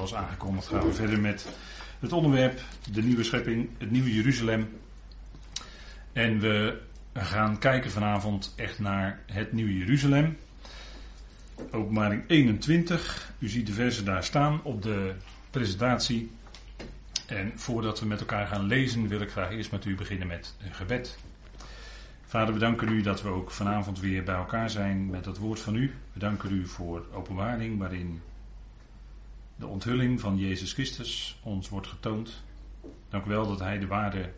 zoals aangekondigd gaan we verder met het onderwerp, de nieuwe schepping, het nieuwe Jeruzalem. En we gaan kijken vanavond echt naar het nieuwe Jeruzalem. Openbaring 21, u ziet de versen daar staan op de presentatie. En voordat we met elkaar gaan lezen wil ik graag eerst met u beginnen met een gebed. Vader, we danken u dat we ook vanavond weer bij elkaar zijn met het woord van u. We danken u voor openbaring waarin de onthulling van Jezus Christus ons wordt getoond. Dank u wel dat hij de ware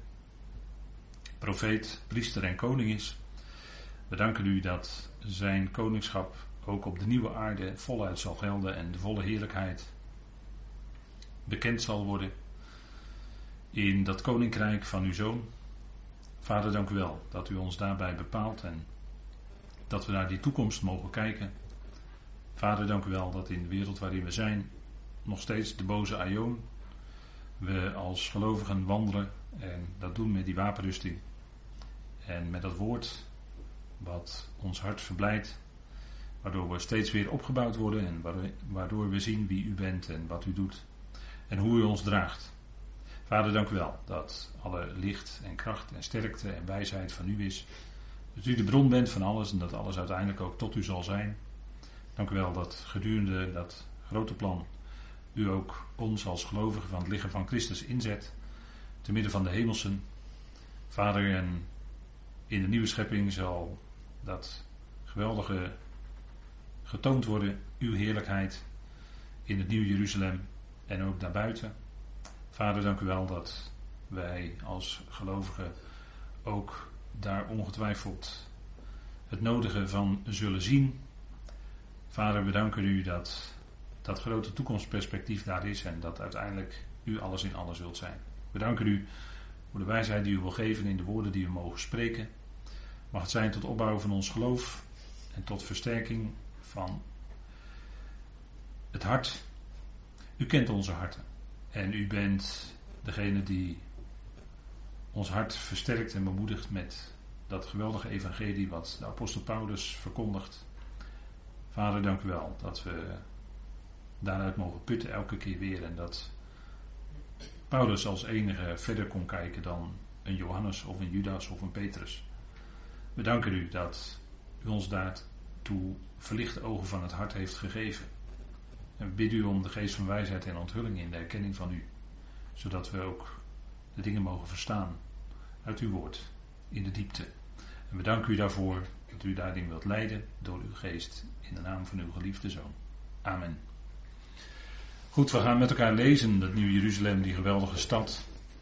profeet, priester en koning is. We danken u dat zijn koningschap ook op de nieuwe aarde voluit zal gelden en de volle heerlijkheid bekend zal worden in dat koninkrijk van uw zoon. Vader, dank u wel dat u ons daarbij bepaalt en dat we naar die toekomst mogen kijken. Vader, dank u wel dat in de wereld waarin we zijn nog steeds de boze aion we als gelovigen wandelen en dat doen met die wapenrusting en met dat woord wat ons hart verblijdt, waardoor we steeds weer opgebouwd worden en waardoor we zien wie u bent en wat u doet en hoe u ons draagt. Vader, dank u wel dat alle licht en kracht en sterkte en wijsheid van u is. Dat u de bron bent van alles en dat alles uiteindelijk ook tot u zal zijn. Dank u wel dat gedurende dat grote plan u ook ons als gelovigen van het lichaam van Christus inzet. Te midden van de hemelsen. Vader, en in de nieuwe schepping zal dat geweldige getoond worden. Uw heerlijkheid in het nieuwe Jeruzalem en ook daarbuiten. Vader, dank u wel dat wij als gelovigen ook daar ongetwijfeld het nodige van zullen zien. Vader, we danken u dat dat grote toekomstperspectief daar is en dat uiteindelijk u alles in alles zult zijn. We danken u voor de wijsheid die u wil geven in de woorden die we mogen spreken. Mag het zijn tot opbouw van ons geloof en tot versterking van het hart. U kent onze harten. En u bent degene die ons hart versterkt en bemoedigt met dat geweldige evangelie wat de apostel Paulus verkondigt. Vader, dank u wel dat we daaruit mogen putten elke keer weer. En dat Paulus als enige verder kon kijken dan een Johannes of een Judas of een Petrus. We danken u dat u ons daartoe verlichte ogen van het hart heeft gegeven. En we bidden u om de geest van wijsheid en onthulling in de erkenning van u. Zodat we ook de dingen mogen verstaan uit uw woord in de diepte. En we danken u daarvoor dat u daarin wilt leiden door uw geest in de naam van uw geliefde Zoon. Amen. Goed, we gaan met elkaar lezen dat nieuwe Jeruzalem, die geweldige stad.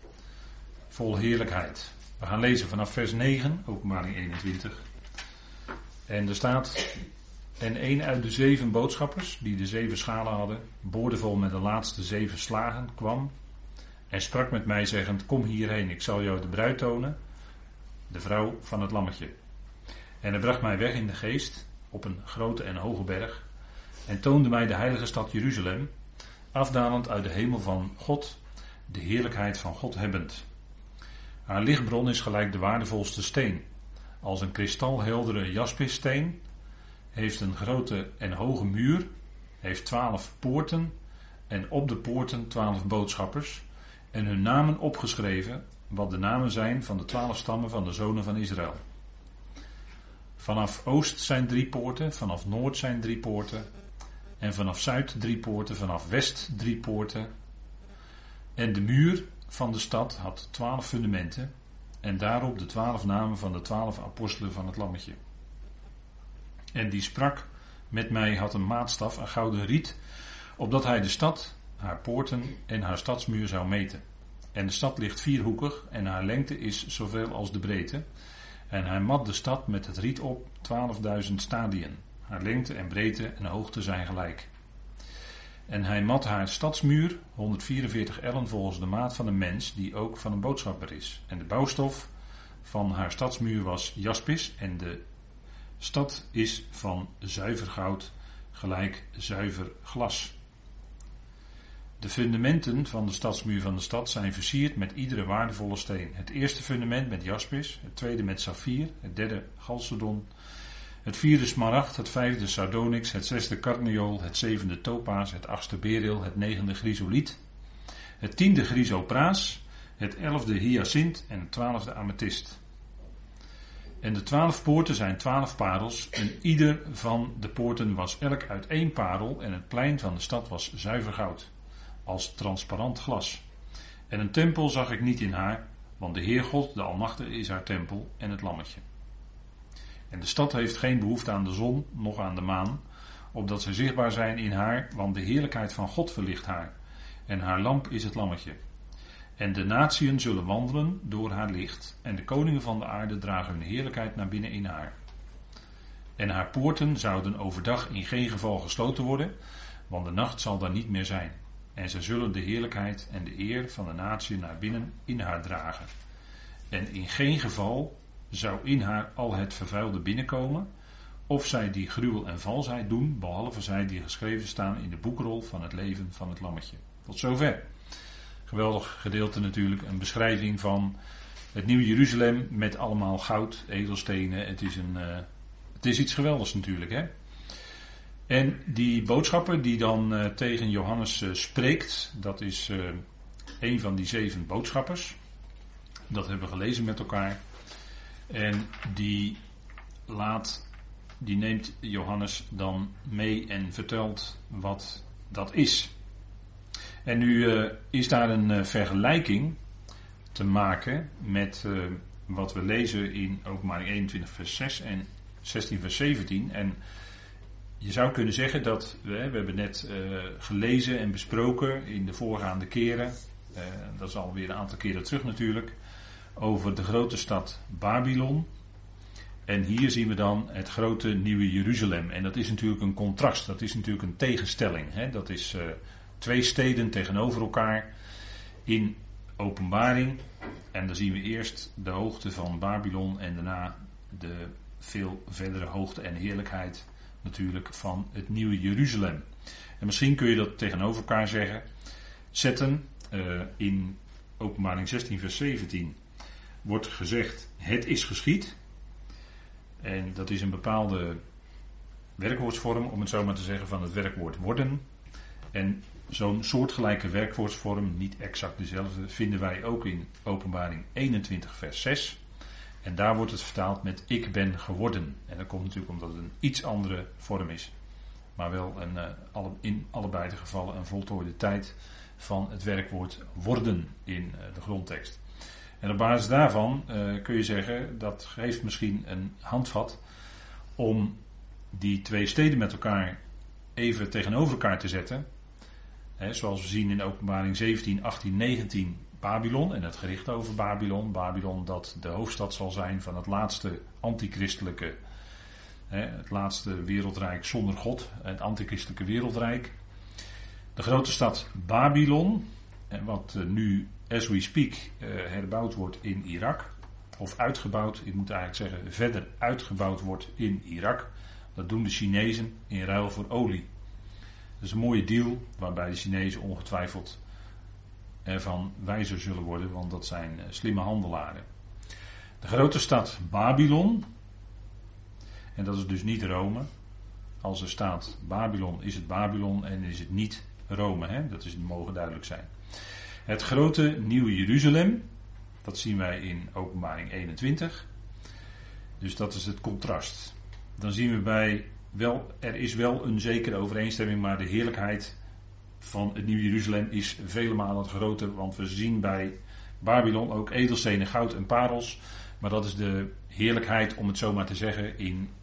Vol heerlijkheid. We gaan lezen vanaf vers 9, openbaring 21. En er staat: En een uit de 7 boodschappers, die de 7 schalen hadden, boordevol met de laatste 7 slagen, kwam en sprak met mij zeggend: Kom hierheen, ik zal jou de bruid tonen, de vrouw van het lammetje. En hij bracht mij weg in de geest, op een grote en hoge berg, en toonde mij de heilige stad Jeruzalem, afdalend uit de hemel van God, de heerlijkheid van God hebbend. Haar lichtbron is gelijk de waardevolste steen, als een kristalheldere jaspissteen, heeft een grote en hoge muur, heeft 12 poorten en op de poorten 12 boodschappers en hun namen opgeschreven, wat de namen zijn van de 12 stammen van de zonen van Israël. Vanaf oost zijn 3 poorten, vanaf noord zijn 3 poorten en vanaf zuid 3 poorten, vanaf west 3 poorten. En de muur van de stad had 12 fundamenten en daarop de 12 namen van de 12 apostelen van het lammetje. En die sprak met mij, had een maatstaf, een gouden riet, opdat hij de stad, haar poorten en haar stadsmuur zou meten. En de stad ligt 4-hoekig en haar lengte is zoveel als de breedte. En hij mat de stad met het riet op 12.000 stadien. Haar lengte en breedte en hoogte zijn gelijk. En hij mat haar stadsmuur 144 ellen volgens de maat van een mens, die ook van een boodschapper is. En de bouwstof van haar stadsmuur was jaspis en de stad is van zuiver goud, gelijk zuiver glas. De fundamenten van de stadsmuur van de stad zijn versierd met iedere waardevolle steen. Het eerste fundament met jaspis, het tweede met saffier, het derde chalcedon, Het 4e smaragd, het 5e sardonyx, het 6e carneol, het 7e topaas, het 8e beryl, het 9e chrysoliet, het 10e chrysopraas, het 11e hyacint en het 12e amethyst. En de 12 poorten zijn 12 parels en ieder van de poorten was elk uit 1 parel en het plein van de stad was zuiver goud, als transparant glas. En een tempel zag ik niet in haar, want de Heer God, de Almachtige, is haar tempel en het lammetje. En de stad heeft geen behoefte aan de zon, noch aan de maan, opdat zij zichtbaar zijn in haar, want de heerlijkheid van God verlicht haar. En haar lamp is het lammetje. En de natieën zullen wandelen door haar licht, en de koningen van de aarde dragen hun heerlijkheid naar binnen in haar. En haar poorten zouden overdag in geen geval gesloten worden, want de nacht zal daar niet meer zijn. En zij zullen de heerlijkheid en de eer van de natie naar binnen in haar dragen. En in geen geval zou in haar al het vervuilde binnenkomen, of zij die gruwel en valsheid doen, behalve zij die geschreven staan in de boekrol van het leven van het lammetje. Tot zover. Geweldig gedeelte natuurlijk, een beschrijving van het nieuwe Jeruzalem met allemaal goud, edelstenen. Het is iets geweldigs natuurlijk, hè. En die boodschapper die dan tegen Johannes spreekt, dat is een van die 7 boodschappers. Dat hebben we gelezen met elkaar. En die neemt Johannes dan mee en vertelt wat dat is. En nu is daar een vergelijking te maken met wat we lezen in Openbaring 21 vers 6 en 16 vers 17. En je zou kunnen zeggen dat, we hebben net gelezen en besproken in de voorgaande keren, dat is alweer een aantal keren terug natuurlijk, over de grote stad Babylon. En hier zien we dan het grote nieuwe Jeruzalem. En dat is natuurlijk een contrast, dat is natuurlijk een tegenstelling. Hè? Dat is 2 steden tegenover elkaar in Openbaring. En dan zien we eerst de hoogte van Babylon en daarna de veel verdere hoogte en heerlijkheid natuurlijk van het nieuwe Jeruzalem. En misschien kun je dat tegenover elkaar zetten. In Openbaring 16 vers 17 wordt gezegd: het is geschied. En dat is een bepaalde werkwoordsvorm, om het zo maar te zeggen, van het werkwoord worden. En zo'n soortgelijke werkwoordsvorm, niet exact dezelfde, vinden wij ook in Openbaring 21 vers 6. En daar wordt het vertaald met ik ben geworden. En dat komt natuurlijk omdat het een iets andere vorm is. Maar wel in allebei de gevallen een voltooide tijd van het werkwoord worden in de grondtekst. En op basis daarvan kun je zeggen, dat geeft misschien een handvat om die 2 steden met elkaar even tegenover elkaar te zetten. Zoals we zien in Openbaring 17, 18, 19 Babylon en het gericht over Babylon. Babylon dat de hoofdstad zal zijn van het laatste antichristelijke, het laatste wereldrijk zonder God, het antichristelijke wereldrijk. De grote stad Babylon, wat nu as we speak herbouwd wordt in Irak, of uitgebouwd, ik moet eigenlijk zeggen verder uitgebouwd wordt in Irak. Dat doen de Chinezen in ruil voor olie. Dat is een mooie deal waarbij de Chinezen ongetwijfeld ervan wijzer zullen worden, want dat zijn slimme handelaren. De grote stad Babylon, en dat is dus niet Rome. Als er staat Babylon, is het Babylon en is het niet Rome. Hè? Dat mogen duidelijk zijn. Het grote nieuwe Jeruzalem, dat zien wij in Openbaring 21. Dus dat is het contrast. Dan zien we er is wel een zekere overeenstemming, maar de heerlijkheid van het nieuwe Jeruzalem is vele malen groter. Want we zien bij Babylon ook edelstenen, goud en parels. Maar dat is de heerlijkheid, om het zo maar te zeggen,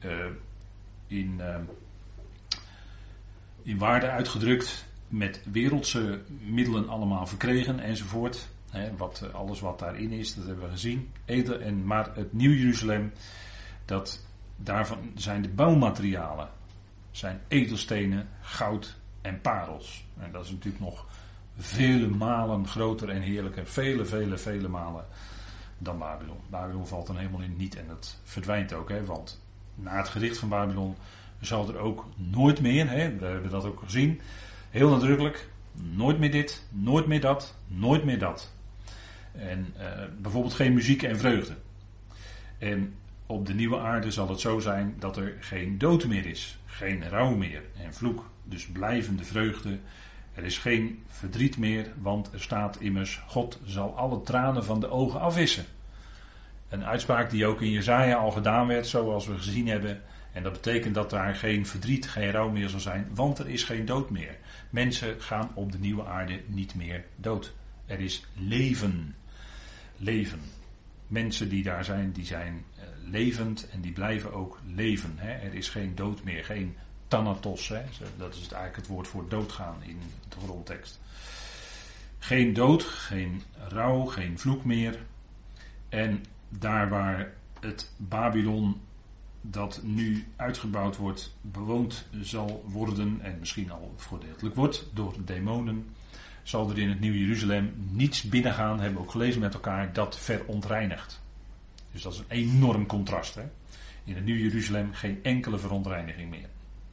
in waarde uitgedrukt. Met wereldse middelen allemaal verkregen enzovoort. Alles wat daarin is, dat hebben we gezien. Maar het nieuwe Jeruzalem, daarvan zijn de bouwmaterialen, zijn edelstenen, goud en parels. En dat is natuurlijk nog vele malen groter en heerlijker. Vele malen dan Babylon. Babylon valt dan helemaal in niet en dat verdwijnt ook. Want na het gericht van Babylon zal er ook nooit meer, we hebben dat ook gezien, heel nadrukkelijk, nooit meer dit, nooit meer dat, nooit meer dat. En bijvoorbeeld geen muziek en vreugde. En op de nieuwe aarde zal het zo zijn dat er geen dood meer is. Geen rouw meer en vloek. Dus blijvende vreugde. Er is geen verdriet meer, want er staat immers: God zal alle tranen van de ogen afwissen. Een uitspraak die ook in Jesaja al gedaan werd, zoals we gezien hebben. En dat betekent dat daar geen verdriet, geen rouw meer zal zijn, want er is geen dood meer. Mensen gaan op de nieuwe aarde niet meer dood. Er is leven. Leven. Mensen die daar zijn, die zijn levend en die blijven ook leven. Hè. Er is geen dood meer, geen thanatos. Hè. Dat is eigenlijk het woord voor doodgaan in de grondtekst. Geen dood, geen rouw, geen vloek meer. En daar waar het Babylon dat nu uitgebouwd wordt, bewoond zal worden en misschien al voordeeltelijk wordt door demonen, zal er in het Nieuwe Jeruzalem niets binnengaan, hebben we ook gelezen met elkaar, dat verontreinigt. Dus dat is een enorm contrast. Hè? In het Nieuwe Jeruzalem geen enkele verontreiniging meer.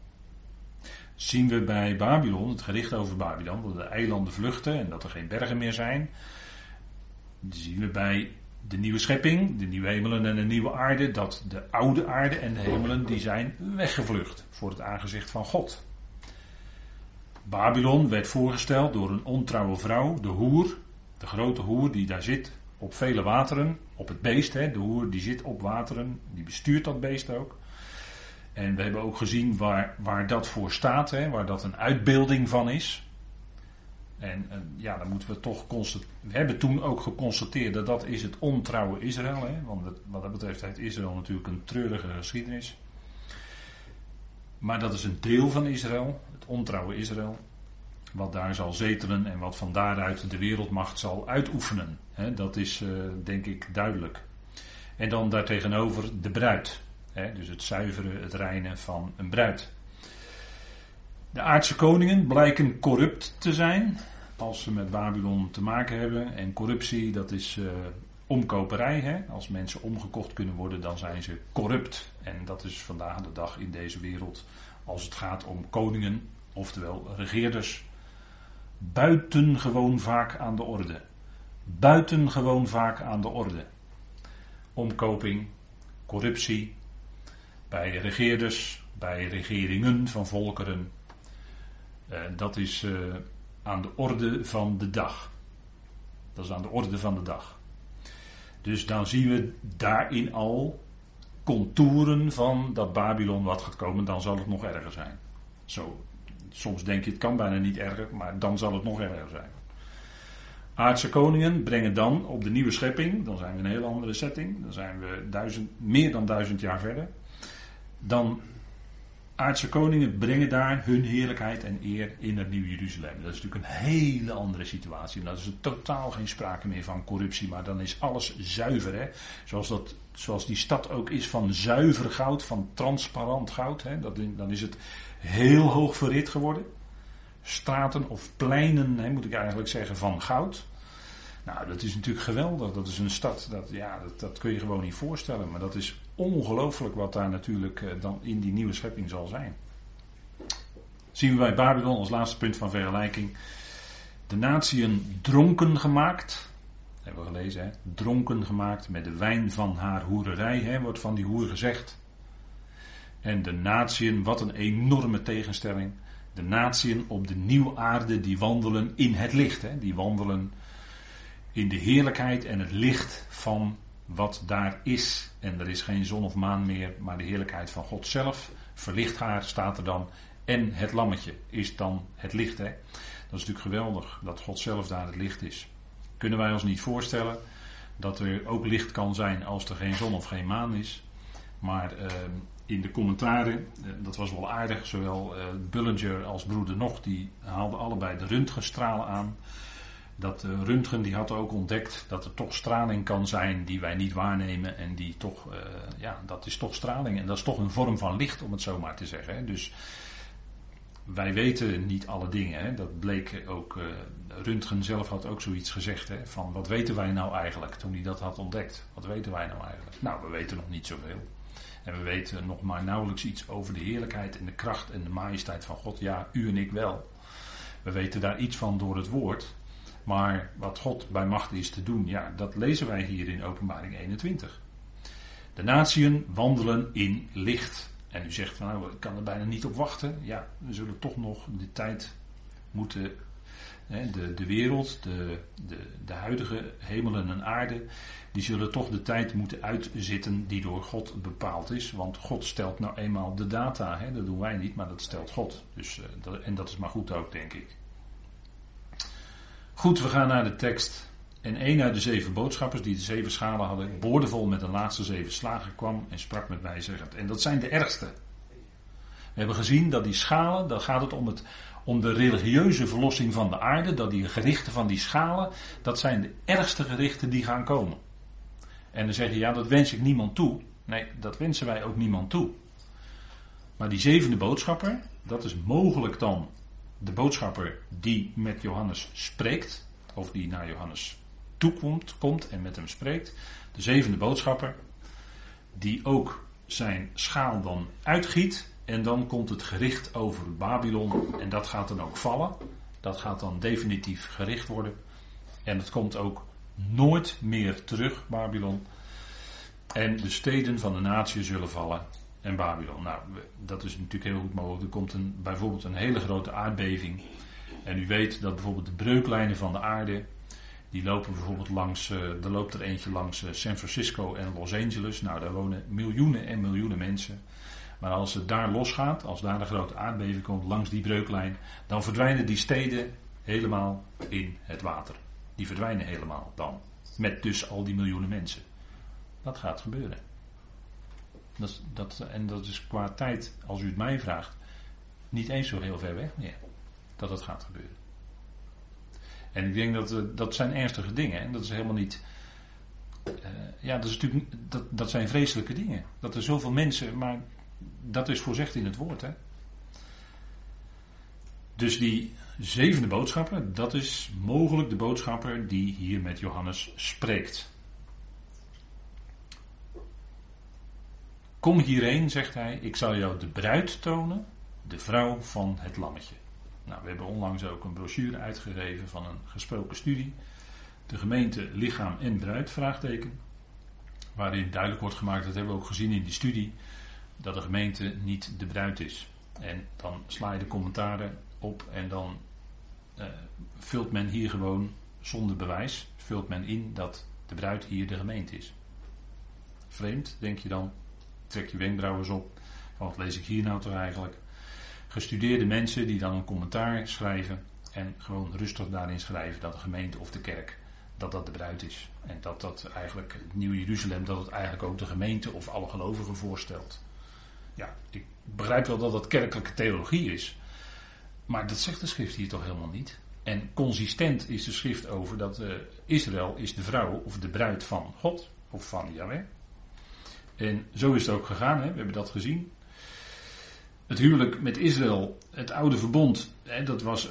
Zien we bij Babylon, het gericht over Babylon, dat de eilanden vluchten en dat er geen bergen meer zijn. Dat zien we bij de nieuwe schepping, de nieuwe hemelen en de nieuwe aarde, dat de oude aarde en de hemelen die zijn weggevlucht voor het aangezicht van God. Babylon werd voorgesteld door een ontrouwe vrouw, de hoer, de grote hoer die daar zit op vele wateren, op het beest. Hè, de hoer die zit op wateren, die bestuurt dat beest ook. En we hebben ook gezien waar dat voor staat, hè, waar dat een uitbeelding van is. En ja, dan moeten we toch constateren. We hebben toen ook geconstateerd dat is het ontrouwe Israël. Hè, want wat dat betreft heeft Israël natuurlijk een treurige geschiedenis. Maar dat is een deel van Israël, het ontrouwe Israël. Wat daar zal zetelen en wat van daaruit de wereldmacht zal uitoefenen. Hè, dat is denk ik duidelijk. En dan daartegenover de bruid. Hè, dus het zuiveren, het reinen van een bruid. De aardse koningen blijken corrupt te zijn als ze met Babylon te maken hebben. En corruptie, dat is omkoperij. Hè? Als mensen omgekocht kunnen worden, dan zijn ze corrupt. En dat is vandaag de dag in deze wereld, als het gaat om koningen, oftewel regeerders, buitengewoon vaak aan de orde. Buitengewoon vaak aan de orde. Omkoping, corruptie, bij regeerders, bij regeringen van volkeren. Dat is aan de orde van de dag. Dat is aan de orde van de dag. Dus dan zien we daarin al contouren van dat Babylon wat gaat komen. Dan zal het nog erger zijn. Zo, soms denk je het kan bijna niet erger, maar dan zal het nog erger zijn. Aardse koningen brengen dan op de nieuwe schepping, dan zijn we in een hele andere setting. Dan zijn we meer dan 1000 jaar verder. Dan aardse koningen brengen daar hun heerlijkheid en eer in het Nieuwe Jeruzalem. Dat is natuurlijk een hele andere situatie. Dan is er totaal geen sprake meer van corruptie, maar dan is alles zuiver. Hè? Zoals die stad ook is van zuiver goud, van transparant goud. Hè? Dan is het heel hoog verrit geworden. Straten of pleinen, hè, moet ik eigenlijk zeggen, van goud. Nou, dat is natuurlijk geweldig. Dat is een stad, dat kun je gewoon niet voorstellen. Maar dat is ongelooflijk wat daar natuurlijk dan in die nieuwe schepping zal zijn. Zien we bij Babylon als laatste punt van vergelijking. De natieën dronken gemaakt. Dat hebben we gelezen, hè? Dronken gemaakt met de wijn van haar hoererij, hè, wordt van die hoer gezegd. En de natieën, wat een enorme tegenstelling. De natieën op de nieuwe aarde die wandelen in het licht. Hè? Die wandelen in de heerlijkheid en het licht van wat daar is. En er is geen zon of maan meer, maar de heerlijkheid van God zelf verlicht haar, staat er dan. En het lammetje is dan het licht. Hè? Dat is natuurlijk geweldig, dat God zelf daar het licht is. Kunnen wij ons niet voorstellen dat er ook licht kan zijn als er geen zon of geen maan is. Maar in de commentaren, dat was wel aardig, zowel Bullinger als broeder Nog, die haalden allebei de röntgenstralen aan. Dat Röntgen die had ook ontdekt dat er toch straling kan zijn die wij niet waarnemen en die toch, dat is toch straling en dat is toch een vorm van licht, om het zo maar te zeggen. Hè. Dus wij weten niet alle dingen. Hè. Dat bleek ook, Röntgen zelf had ook zoiets gezegd, hè, van wat weten wij nou eigenlijk toen hij dat had ontdekt. Wat weten wij nou eigenlijk? Nou, we weten nog niet zoveel. En we weten nog maar nauwelijks iets over de heerlijkheid en de kracht en de majesteit van God. Ja, u en ik wel. We weten daar iets van door het woord. Maar wat God bij macht is te doen, ja, dat lezen wij hier in Openbaring 21. De natieën wandelen in licht. En u zegt, nou, ik kan er bijna niet op wachten. Ja, we zullen toch nog de tijd moeten, de wereld, de huidige hemelen en aarde, die zullen toch de tijd moeten uitzitten die door God bepaald is. Want God stelt nou eenmaal de data. Dat doen wij niet, maar dat stelt God. Dus, en dat is maar goed ook, denk ik. Goed, we gaan naar de tekst. En een uit de 7 boodschappers die de 7 schalen hadden, boordevol met de laatste 7 slagen kwam en sprak met mij zeggend. En dat zijn de ergste. We hebben gezien dat die schalen, dan gaat het om de religieuze verlossing van de aarde, dat die gerichten van die schalen, dat zijn de ergste gerichten die gaan komen. En dan zeg je, ja, dat wens ik niemand toe. Nee, dat wensen wij ook niemand toe. Maar die 7e boodschapper, dat is mogelijk dan de boodschapper die met Johannes spreekt, of die naar Johannes komt en met hem spreekt. De 7e boodschapper, die ook zijn schaal dan uitgiet. En dan komt het gericht over Babylon. En dat gaat dan ook vallen. Dat gaat dan definitief gericht worden. En het komt ook nooit meer terug, Babylon. En de steden van de natie zullen vallen. En Babylon. Nou, dat is natuurlijk heel goed mogelijk. Er komt bijvoorbeeld een hele grote aardbeving. En u weet dat bijvoorbeeld de breuklijnen van de aarde, die lopen bijvoorbeeld langs, er loopt er eentje langs San Francisco en Los Angeles. Nou, daar wonen miljoenen en miljoenen mensen. Maar als het daar losgaat, als daar een grote aardbeving komt langs die breuklijn, dan verdwijnen die steden helemaal in het water. Die verdwijnen helemaal dan. Met dus al die miljoenen mensen. Dat gaat gebeuren. En dat is qua tijd, als u het mij vraagt, niet eens zo heel ver weg meer. Dat het gaat gebeuren. En ik denk dat zijn ernstige dingen. En dat is helemaal niet. Dat is natuurlijk. Dat zijn vreselijke dingen. Dat er zoveel mensen. Maar dat is voorzegd in het woord. Hè? Dus die 7e boodschapper. Dat is mogelijk de boodschapper die hier met Johannes spreekt. Kom hierheen, zegt hij. Ik zal jou de bruid tonen. De vrouw van het lammetje. Nou, we hebben onlangs ook een brochure uitgegeven van een gesproken studie. De gemeente lichaam en bruid, vraagteken. Waarin duidelijk wordt gemaakt, dat hebben we ook gezien in die studie, dat de gemeente niet de bruid is. En dan sla je de commentaren op en dan vult men hier gewoon zonder bewijs, vult men in dat de bruid hier de gemeente is. Vreemd, denk je dan. Trek je wenkbrauwen op. Wat lees ik hier nou toch eigenlijk? Gestudeerde mensen die dan een commentaar schrijven en gewoon rustig daarin schrijven dat de gemeente of de kerk, dat de bruid is. En dat eigenlijk het Nieuw Jeruzalem, dat het eigenlijk ook de gemeente of alle gelovigen voorstelt. Ja, ik begrijp wel dat dat kerkelijke theologie is. Maar dat zegt de schrift hier toch helemaal niet. En consistent is de schrift over dat Israël is de vrouw of de bruid van God of van Yahweh. En zo is het ook gegaan, hè? We hebben dat gezien. Het huwelijk met Israël, het oude verbond, dat was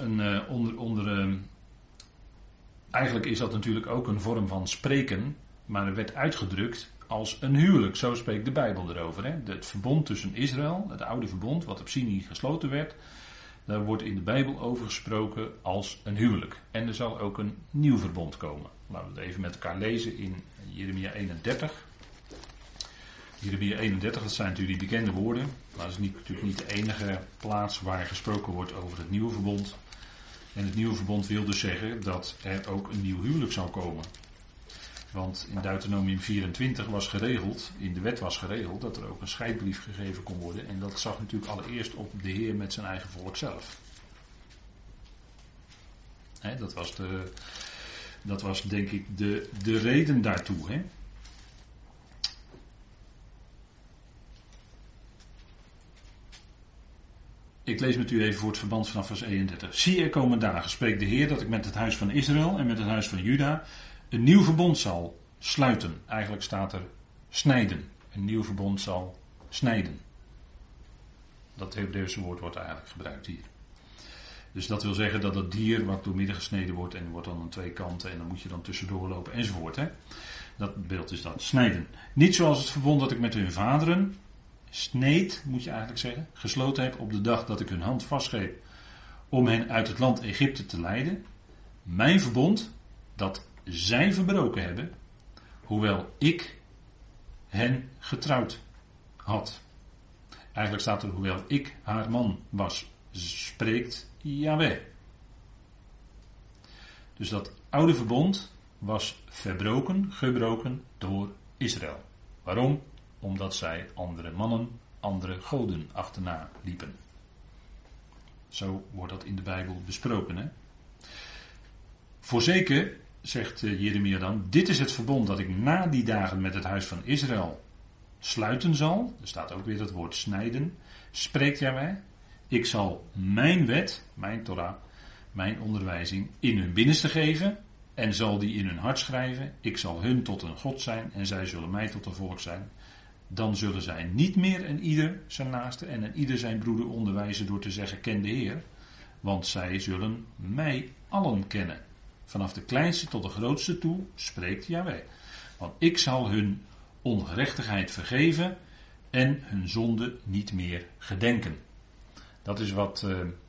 eigenlijk is dat natuurlijk ook een vorm van spreken, maar het werd uitgedrukt als een huwelijk. Zo spreekt de Bijbel erover. Hè? Het verbond tussen Israël, het oude verbond, wat op Sinai gesloten werd, daar wordt in de Bijbel over gesproken als een huwelijk. En er zal ook een nieuw verbond komen. Laten we het even met elkaar lezen in Jeremia 31. Jeremia 31, dat zijn natuurlijk die bekende woorden. Maar dat is natuurlijk niet de enige plaats waar gesproken wordt over het nieuwe verbond. En het nieuwe verbond wil dus zeggen dat er ook een nieuw huwelijk zou komen. Want in Deuteronomium 24 was geregeld, in de wet was geregeld, dat er ook een scheidbrief gegeven kon worden. En dat zag natuurlijk allereerst op de Heer met zijn eigen volk zelf. Dat was denk ik de reden daartoe. Hè? Ik lees met u even voor het verband vanaf vers 31. Zie, er komen dagen, spreekt de Heer, dat ik met het huis van Israël en met het huis van Juda een nieuw verbond zal sluiten. Eigenlijk staat er snijden. Een nieuw verbond zal snijden. Dat Hebreeuwse woord wordt eigenlijk gebruikt hier. Dus dat wil zeggen dat het dier wat doormidden gesneden wordt en wordt dan aan 2 kanten en dan moet je dan tussendoor lopen enzovoort. Hè? Dat beeld is dat, snijden. Niet zoals het verbond dat ik met hun vaderen sneed, moet je eigenlijk zeggen, gesloten heb op de dag dat ik hun hand vastgreep om hen uit het land Egypte te leiden. Mijn verbond dat zij verbroken hebben, hoewel ik hen getrouwd had. Eigenlijk staat er, hoewel ik haar man was, spreekt Yahweh. Dus dat oude verbond was gebroken door Israël. Waarom? Omdat zij andere mannen, andere goden achterna liepen. Zo wordt dat in de Bijbel besproken. Hè? Voorzeker, zegt Jeremia dan, dit is het verbond dat ik na die dagen met het huis van Israël sluiten zal. Er staat ook weer het woord snijden. Spreekt Yahweh. Ik zal mijn wet, mijn Torah, mijn onderwijzing in hun binnenste geven en zal die in hun hart schrijven. Ik zal hun tot een God zijn en zij zullen mij tot een volk zijn. Dan zullen zij niet meer een ieder zijn naaste en een ieder zijn broeder onderwijzen door te zeggen ken de Heer. Want zij zullen mij allen kennen. Vanaf de kleinste tot de grootste toe spreekt Yahweh. Want ik zal hun ongerechtigheid vergeven en hun zonde niet meer gedenken. Dat is wat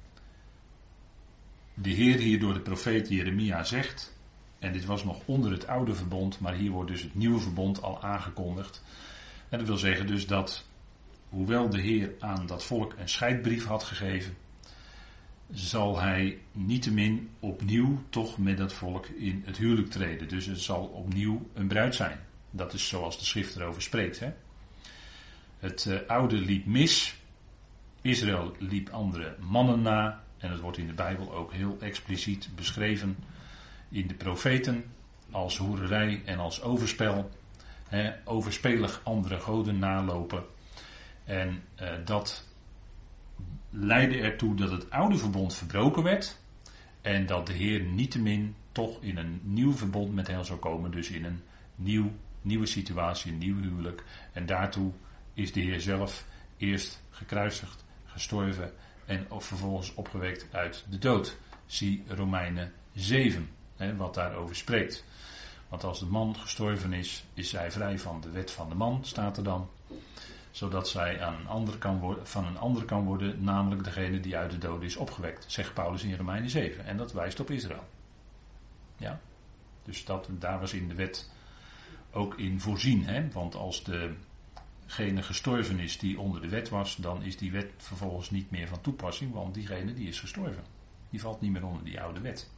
de Heer hier door de profeet Jeremia zegt. En dit was nog onder het oude verbond, maar hier wordt dus het nieuwe verbond al aangekondigd. En dat wil zeggen dus dat, hoewel de Heer aan dat volk een scheidbrief had gegeven, zal hij niettemin opnieuw toch met dat volk in het huwelijk treden. Dus het zal opnieuw een bruid zijn. Dat is zoals de schrift erover spreekt. Hè? Het oude liep mis. Israël liep andere mannen na. En het wordt in de Bijbel ook heel expliciet beschreven in de profeten als hoererij en als overspel. Overspelig andere goden nalopen. En dat leidde ertoe dat het oude verbond verbroken werd. En dat de Heer niettemin toch in een nieuw verbond met hen zou komen. Dus in een nieuwe situatie, een nieuw huwelijk. En daartoe is de Heer zelf eerst gekruisigd, gestorven en vervolgens opgewekt uit de dood. Zie Romeinen 7, wat daarover spreekt. Want als de man gestorven is, is zij vrij van de wet van de man, staat er dan. Zodat zij van een ander kan worden, namelijk degene die uit de dood is opgewekt. Zegt Paulus in Romeinen 7. En dat wijst op Israël. Ja. Dus daar was in de wet ook in voorzien. Hè? Want als degene gestorven is die onder de wet was, dan is die wet vervolgens niet meer van toepassing. Want diegene die is gestorven. Die valt niet meer onder die oude wet.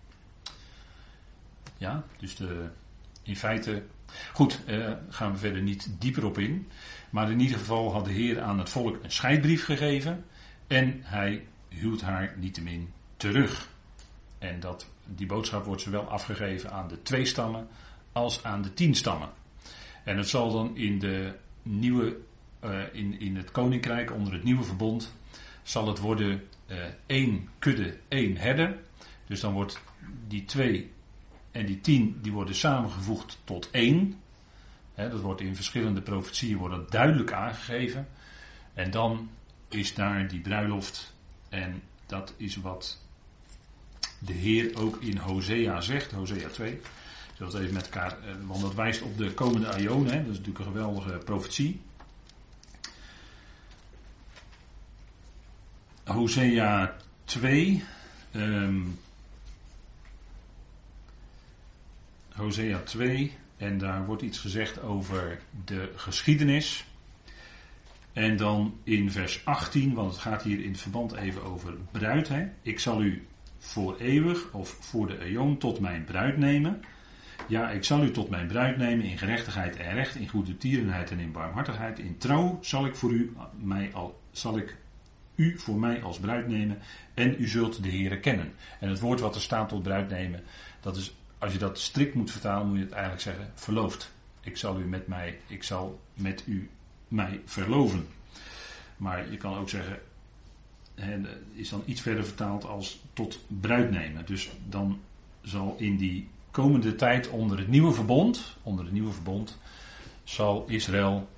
Ja, dus in feite. Goed, gaan we verder niet dieper op in. Maar in ieder geval had de Heer aan het volk een scheidbrief gegeven. En hij huwt haar niettemin terug. En die boodschap wordt zowel afgegeven aan de 2 stammen als aan de 10 stammen. En het zal dan in de nieuwe, in het koninkrijk onder het nieuwe verbond, zal het worden 1 kudde, 1 herder. Dus dan wordt die 2 en die 10 die worden samengevoegd tot 1. Dat wordt in verschillende profetieën wordt dat duidelijk aangegeven. En dan is daar die bruiloft. En dat is wat de Heer ook in Hosea zegt. Hosea 2. Zullen we het even met elkaar. Want dat wijst op de komende aion. Dat is natuurlijk een geweldige profetie. Hosea 2. Hosea 2. En daar wordt iets gezegd over de geschiedenis. En dan in vers 18, want het gaat hier in het verband even over bruid. Hè? Ik zal u voor eeuwig of voor de eon tot mijn bruid nemen. Ja, ik zal u tot mijn bruid nemen in gerechtigheid en recht, in goedertierenheid en in barmhartigheid. In trouw zal ik u voor mij als bruid nemen en u zult de Heere kennen. En het woord wat er staat tot bruid nemen, dat is, als je dat strikt moet vertalen, moet je het eigenlijk zeggen verloofd. Ik zal met u mij verloven. Maar je kan ook zeggen, is dan iets verder vertaald als tot bruid nemen. Dus dan zal in die komende tijd onder het nieuwe verbond, zal Israël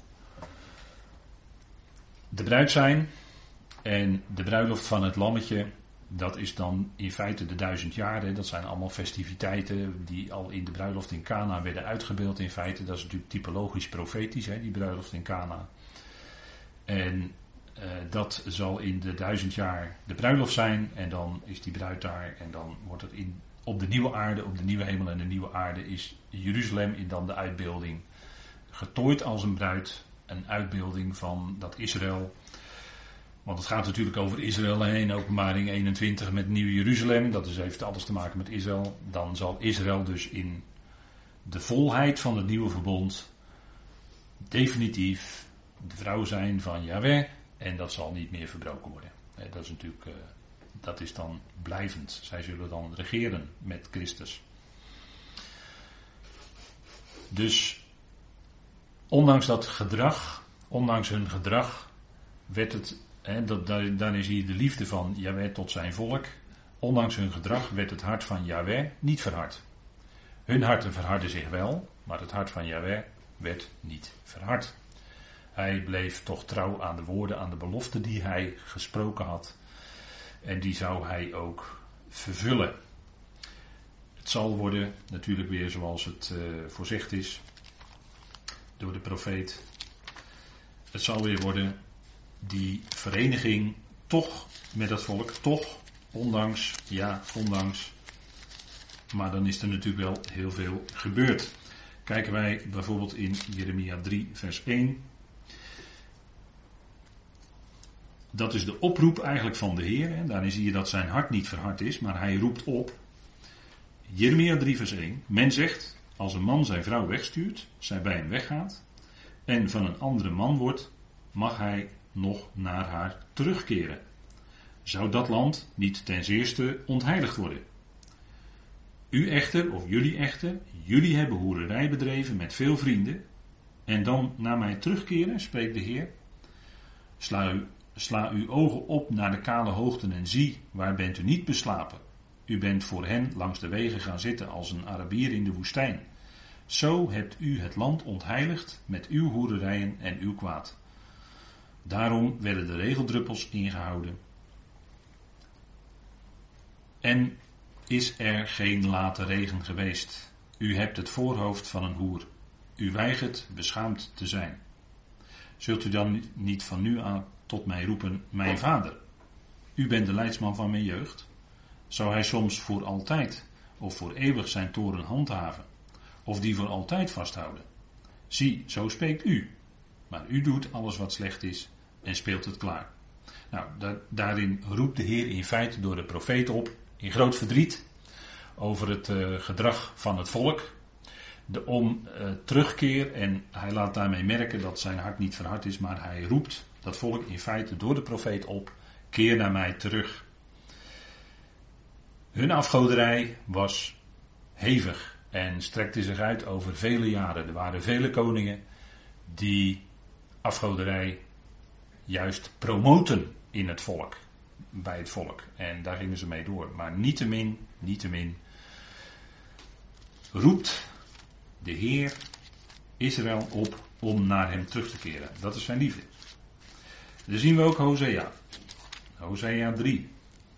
de bruid zijn. En de bruiloft van het lammetje, dat is dan in feite de 1000 jaar. Dat zijn allemaal festiviteiten die al in de bruiloft in Cana werden uitgebeeld in feite. Dat is natuurlijk typologisch profetisch, die bruiloft in Cana. En dat zal in de 1000 jaar de bruiloft zijn. En dan is die bruid daar. En dan wordt het op de nieuwe aarde, op de nieuwe hemel en de nieuwe aarde is Jeruzalem in dan de uitbeelding getooid als een bruid. Een uitbeelding van dat Israël. Want het gaat natuurlijk over Israël heen. Openbaring 21 met Nieuw Jeruzalem. Dat heeft alles te maken met Israël. Dan zal Israël dus in de volheid van het nieuwe verbond definitief de vrouw zijn van Yahweh. En dat zal niet meer verbroken worden. Dat is natuurlijk, dat is dan blijvend. Zij zullen dan regeren met Christus. Dus ondanks dat gedrag, ondanks hun gedrag, werd het, daarin zie je de liefde van Yahweh tot zijn volk. Ondanks hun gedrag werd het hart van Yahweh niet verhard. Hun harten verhardden zich wel, maar het hart van Yahweh werd niet verhard. Hij bleef toch trouw aan de woorden, aan de beloften die hij gesproken had. En die zou hij ook vervullen. Het zal worden, natuurlijk weer zoals het voorzegd is door de profeet. Het zal weer worden die vereniging toch met het volk, toch, ondanks, maar dan is er natuurlijk wel heel veel gebeurd. Kijken wij bijvoorbeeld in Jeremia 3 vers 1. Dat is de oproep eigenlijk van de Heer. En daarin zie je dat zijn hart niet verhard is, maar hij roept op. Jeremia 3 vers 1. Men zegt, als een man zijn vrouw wegstuurt, zij bij hem weggaat en van een andere man wordt, mag hij nog naar haar terugkeren. Zou dat land niet ten zeerste ontheiligd worden? U echter, of jullie echter, jullie hebben hoererij bedreven met veel vrienden en dan naar mij terugkeren, spreekt de Heer. Sla uw ogen op naar de kale hoogten en zie, waar bent u niet beslapen. U bent voor hen langs de wegen gaan zitten als een Arabier in de woestijn. Zo hebt u het land ontheiligd met uw hoererijen en uw kwaad. Daarom werden de regeldruppels ingehouden. En is er geen late regen geweest. U hebt het voorhoofd van een hoer. U weigert beschaamd te zijn. Zult u dan niet van nu aan tot mij roepen, mijn vader? U bent de leidsman van mijn jeugd. Zou hij soms voor altijd of voor eeuwig zijn toren handhaven? Of die voor altijd vasthouden? Zie, zo spreekt u. Maar u doet alles wat slecht is en speelt het klaar. Nou, daarin roept de Heer in feite door de profeet op, in groot verdriet, over het gedrag van het volk. Om terugkeer, en hij laat daarmee merken dat zijn hart niet verhard is, maar hij roept dat volk in feite door de profeet op, keer naar mij terug. Hun afgoderij was hevig en strekte zich uit over vele jaren. Er waren vele koningen die afgoderij juist promoten in het volk, bij het volk. En daar gingen ze mee door. Maar niettemin roept de Heer Israël op om naar hem terug te keren. Dat is zijn liefde. Dan zien we ook Hosea. Hosea 3.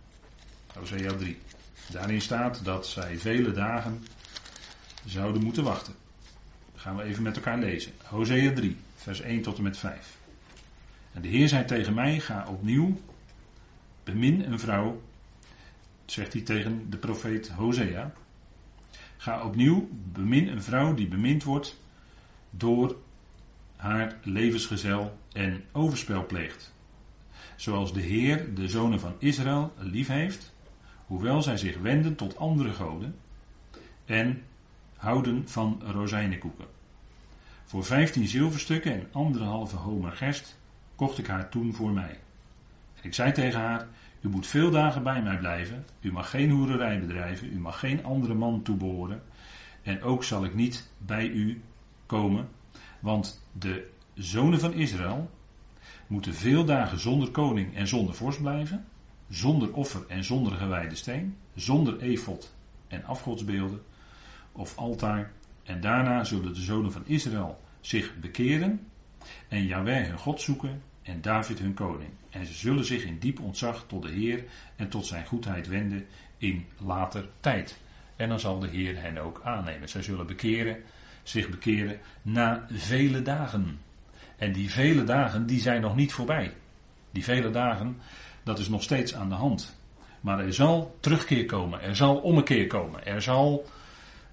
Daarin staat dat zij vele dagen zouden moeten wachten. Dat gaan we even met elkaar lezen. Hosea 3, vers 1 tot en met 5. En de Heer zei tegen mij, ga opnieuw, bemin een vrouw, zegt hij tegen de profeet Hosea. Ga opnieuw, bemin een vrouw die bemind wordt door haar levensgezel en overspel pleegt. Zoals de Heer de zonen van Israël lief heeft, hoewel zij zich wenden tot andere goden en houden van rozijnenkoeken. Voor 15 zilverstukken en 1,5 homer gerst kocht ik haar toen voor mij. En ik zei tegen haar, u moet veel dagen bij mij blijven, u mag geen hoererij bedrijven, u mag geen andere man toebehoren en ook zal ik niet bij u komen, want de zonen van Israël moeten veel dagen zonder koning en zonder vorst blijven, zonder offer en zonder gewijde steen, zonder efod en afgodsbeelden of altaar. En daarna zullen de zonen van Israël zich bekeren en Yahweh hun God zoeken en David hun koning. En ze zullen zich in diep ontzag tot de Heer en tot zijn goedheid wenden in later tijd. En dan zal de Heer hen ook aannemen. Zij zullen zich bekeren na vele dagen. En die vele dagen, die zijn nog niet voorbij. Die vele dagen, dat is nog steeds aan de hand. Maar er zal terugkeer komen, er zal ommekeer komen, er zal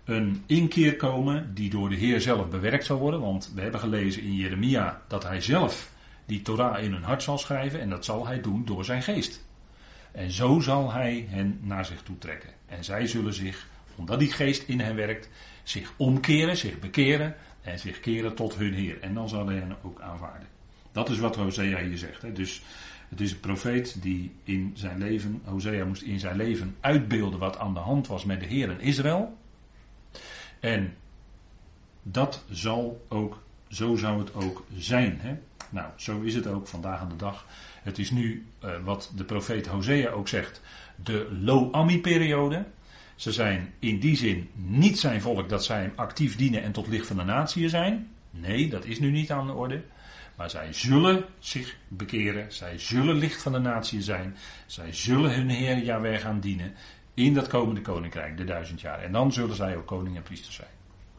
een inkeer komen die door de Heer zelf bewerkt zal worden. Want we hebben gelezen in Jeremia dat hij zelf die Torah in hun hart zal schrijven. En dat zal hij doen door zijn geest. En zo zal hij hen naar zich toe trekken. En zij zullen zich, omdat die geest in hen werkt, zich omkeren, zich bekeren en zich keren tot hun Heer. En dan zal hij hen ook aanvaarden. Dat is wat Hosea hier zegt. Hè. Dus het is een profeet die in zijn leven, Hosea moest in zijn leven uitbeelden wat aan de hand was met de Heer en Israël. En dat zal ook, zo zou het ook zijn. Hè. Nou, zo is het ook vandaag aan de dag. Het is nu wat de profeet Hosea ook zegt, de Lo-Ammi-periode. Ze zijn in die zin niet zijn volk dat zij hem actief dienen en tot licht van de natie zijn. Nee, dat is nu niet aan de orde. Maar zij zullen zich bekeren, zij zullen licht van de natie zijn. Zij zullen hun Heer Jahweh gaan dienen in dat komende koninkrijk, de 1000 jaar. En dan zullen zij ook koning en priester zijn.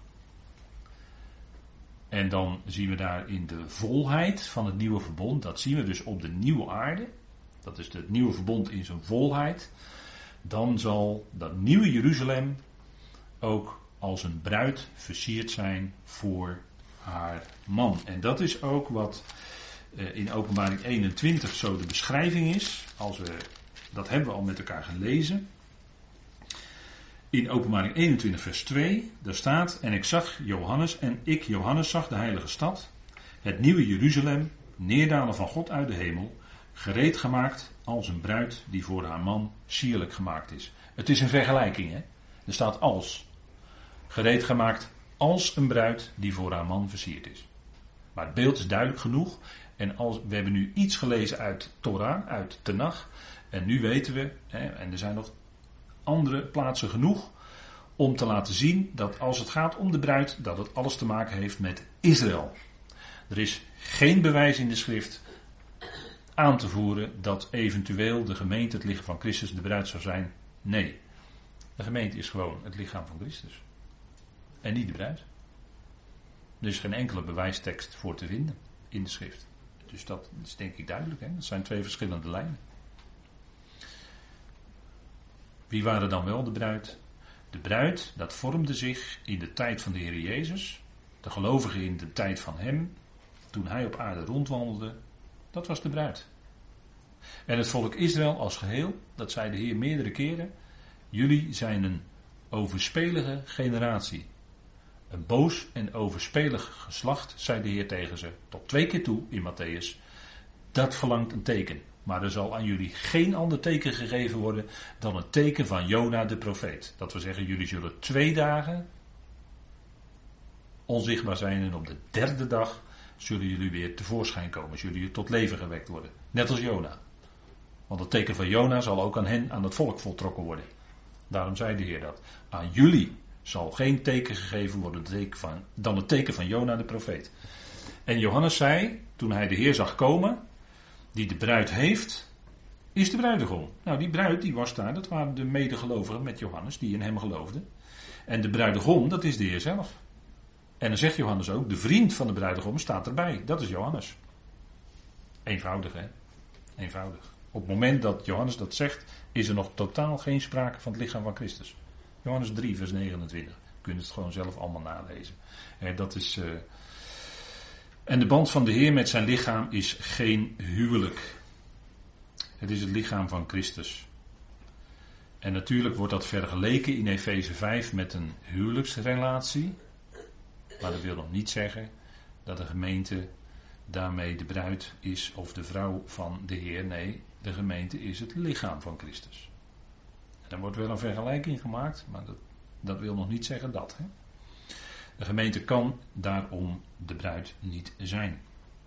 En dan zien we daar in de volheid van het nieuwe verbond, dat zien we dus op de nieuwe aarde. Dat is het nieuwe verbond in zijn volheid. Dan zal dat nieuwe Jeruzalem ook als een bruid versierd zijn voor haar man. En dat is ook wat in Openbaring 21 zo de beschrijving is. Dat hebben we al met elkaar gelezen. In Openbaring 21 vers 2, daar staat: en ik zag Johannes, en ik Johannes zag de heilige stad, het nieuwe Jeruzalem, neerdalen van God uit de hemel, gereed gemaakt als een bruid die voor haar man sierlijk gemaakt is. Het is een vergelijking, hè? Er staat als. Gereed gemaakt als een bruid die voor haar man versierd is. Maar het beeld is duidelijk genoeg. En we hebben nu iets gelezen uit Torah, uit Tenach. En nu weten we, en er zijn nog andere plaatsen genoeg, om te laten zien dat als het gaat om de bruid, dat het alles te maken heeft met Israël. Er is geen bewijs in de schrift aan te voeren dat eventueel de gemeente het lichaam van Christus de bruid zou zijn. Nee, de gemeente is gewoon het lichaam van Christus. En niet de bruid. Er is geen enkele bewijstekst voor te vinden in de schrift. Dus dat is denk ik duidelijk. Hè? Dat zijn twee verschillende lijnen. Wie waren dan wel de bruid? De bruid, dat vormde zich in de tijd van de Heer Jezus. De gelovigen in de tijd van hem. Toen hij op aarde rondwandelde. Dat was de bruid. En het volk Israël als geheel, dat zei de Heer meerdere keren. Jullie zijn een overspelige generatie. Een boos en overspelig geslacht, zei de Heer tegen ze. Tot 2 keer toe in Matthäus. Dat verlangt een teken. Maar er zal aan jullie geen ander teken gegeven worden dan het teken van Jona de profeet. Dat wil zeggen, jullie zullen 2 dagen onzichtbaar zijn en op de 3e dag zullen jullie weer tevoorschijn komen. Zullen jullie tot leven gewekt worden. Net als Jona. Want het teken van Jona zal ook aan het volk voltrokken worden. Daarom zei de Heer dat. Aan jullie zal geen teken gegeven worden dan het teken van Jona de profeet. En Johannes zei, toen hij de Heer zag komen, die de bruid heeft, is de bruidegom. Nou, die bruid die was daar, dat waren de medegelovigen met Johannes, die in hem geloofden. En de bruidegom, dat is de Heer zelf. En dan zegt Johannes ook, de vriend van de bruidegom staat erbij. Dat is Johannes. Eenvoudig, hè? Eenvoudig. Op het moment dat Johannes dat zegt, is er nog totaal geen sprake van het lichaam van Christus. Johannes 3, vers 29. Je kunt het gewoon zelf allemaal nalezen. Dat is... En de band van de Heer met zijn lichaam is geen huwelijk. Het is het lichaam van Christus. En natuurlijk wordt dat vergeleken in Efeze 5 met een huwelijksrelatie. Maar dat wil nog niet zeggen dat de gemeente daarmee de bruid is of de vrouw van de Heer. Nee, de gemeente is het lichaam van Christus. En er wordt wel een vergelijking gemaakt, maar dat wil nog niet zeggen dat. Hè? De gemeente kan daarom de bruid niet zijn.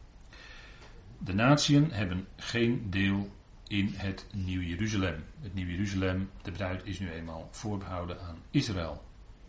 De natieën hebben geen deel in het Nieuw Jeruzalem. Het Nieuw Jeruzalem, de bruid, is nu eenmaal voorbehouden aan Israël.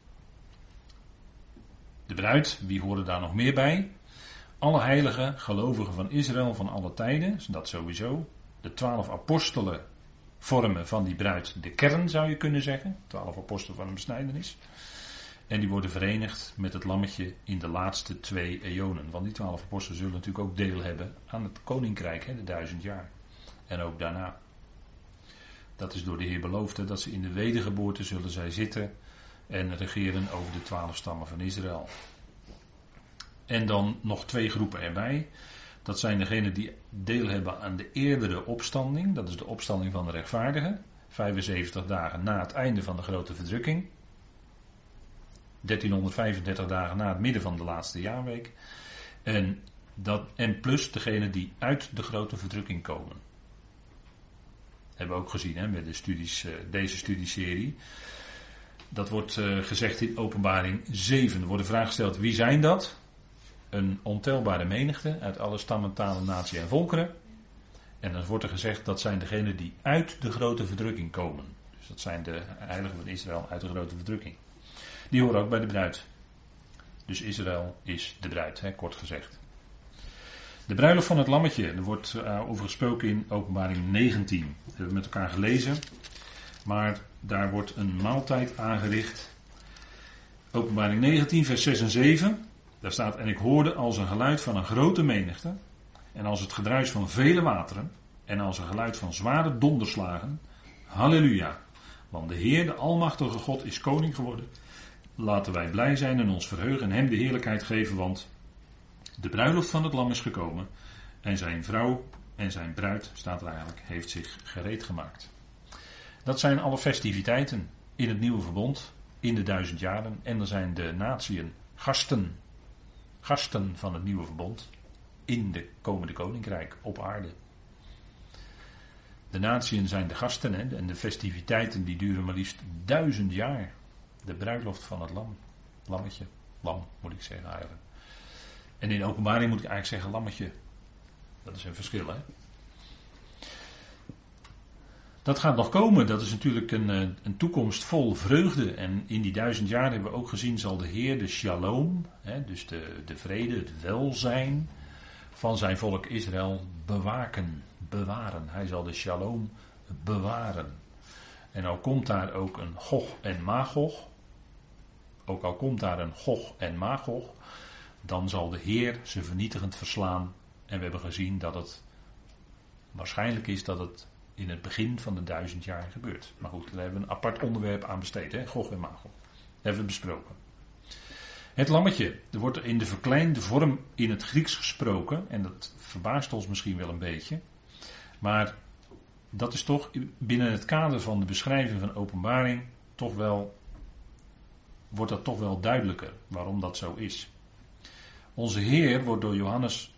De bruid, wie horen daar nog meer bij? Alle heilige gelovigen van Israël van alle tijden, dat sowieso. De 12 apostelen vormen van die bruid de kern, zou je kunnen zeggen. 12 apostelen van een besnijdenis. En die worden verenigd met het lammetje in de laatste 2 eonen. Want die 12 apostelen zullen natuurlijk ook deel hebben aan het koninkrijk, de 1000 jaar. En ook daarna. Dat is door de Heer beloofd, dat ze in de wedergeboorte zullen zij zitten en regeren over de 12 stammen van Israël. En dan nog 2 groepen erbij. Dat zijn degenen die deel hebben aan de eerdere opstanding. Dat is de opstanding van de rechtvaardigen. 75 dagen na het einde van de grote verdrukking. 1335 dagen na het midden van de laatste jaarweek. En plus degenen die uit de grote verdrukking komen. Hebben we ook gezien met de studies, deze studieserie. Dat wordt gezegd in Openbaring 7. Er wordt de vraag gesteld, wie zijn dat? Een ontelbare menigte uit alle stammen, talen, naties en volkeren. En dan wordt er gezegd dat zijn degenen die uit de grote verdrukking komen. Dus dat zijn de heiligen van Israël uit de grote verdrukking. Die horen ook bij de bruid. Dus Israël is de bruid, kort gezegd. De bruiloft van het lammetje, er wordt over gesproken in Openbaring 19. Dat hebben we met elkaar gelezen. Maar daar wordt een maaltijd aangericht. Openbaring 19, vers 6 en 7. Daar staat, en ik hoorde als een geluid van een grote menigte. En als het gedruis van vele wateren. En als een geluid van zware donderslagen. Halleluja. Want de Heer, de Almachtige God, is koning geworden. Laten wij blij zijn en ons verheugen en hem de heerlijkheid geven, want de bruiloft van het lam is gekomen en zijn vrouw en zijn bruid, staat er eigenlijk, heeft zich gereed gemaakt. Dat zijn alle festiviteiten in het nieuwe verbond, in de 1000 jaren. En dan zijn de natieën gasten van het nieuwe verbond in de komende koninkrijk op aarde. De natieën zijn de gasten en de festiviteiten die duren maar liefst 1000 jaar. De bruiloft van het lammetje. Lam moet ik zeggen eigenlijk. En in Openbaring moet ik eigenlijk zeggen lammetje. Dat is een verschil, hè. Dat gaat nog komen. Dat is natuurlijk een toekomst vol vreugde. En in die 1000 jaar hebben we ook gezien, zal de Heer de shalom, dus de vrede, het welzijn van zijn volk Israël bewaren. Hij zal de shalom bewaren. En al komt daar ook een Gog en Magog, dan zal de Heer ze vernietigend verslaan. En we hebben gezien dat het waarschijnlijk is dat het in het begin van de 1000 jaar gebeurt. Maar goed, daar hebben we een apart onderwerp aan besteed, Gog en Magog. Dat hebben we besproken. Het lammetje, er wordt in de verkleinde vorm in het Grieks gesproken. En dat verbaast ons misschien wel een beetje. Maar dat is toch binnen het kader van de beschrijving van Openbaring wordt dat toch wel duidelijker waarom dat zo is. Onze Heer wordt door Johannes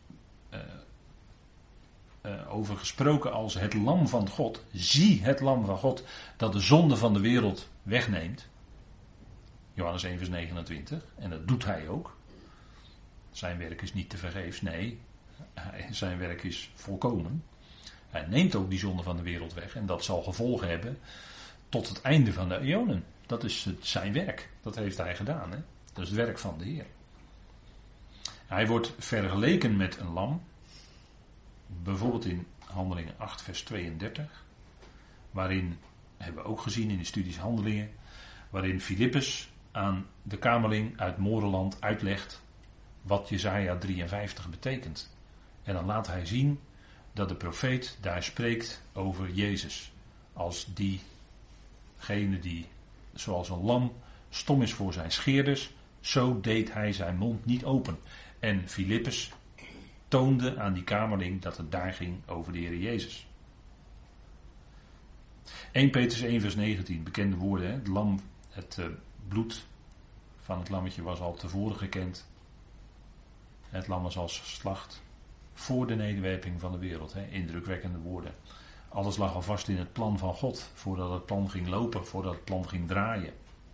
over gesproken als het lam van God. Zie het lam van God dat de zonde van de wereld wegneemt. Johannes 1 vers 29. En dat doet hij ook. Zijn werk is niet tevergeefs. Nee, zijn werk is volkomen. Hij neemt ook die zonde van de wereld weg. En dat zal gevolgen hebben tot het einde van de eonen. Dat is zijn werk. Dat heeft hij gedaan. Dat is het werk van de Heer. Hij wordt vergeleken met een lam. Bijvoorbeeld in Handelingen 8 vers 32. Waarin, hebben we ook gezien in de studies Handelingen. Waarin Filippus aan de kamerling uit Moreland uitlegt wat Jesaja 53 betekent. En dan laat hij zien dat de profeet daar spreekt over Jezus. Als diegene die zoals een lam stom is voor zijn scheerders, zo deed hij zijn mond niet open. En Filippus toonde aan die kamerling dat het daar ging over de Heer Jezus. 1 Petrus 1 vers 19, bekende woorden. Het bloed van het lammetje was al tevoren gekend. Het lam was als geslacht voor de nederwerping van de wereld. Indrukwekkende woorden. Alles lag al vast in het plan van God, voordat het plan ging lopen, voordat het plan ging draaien.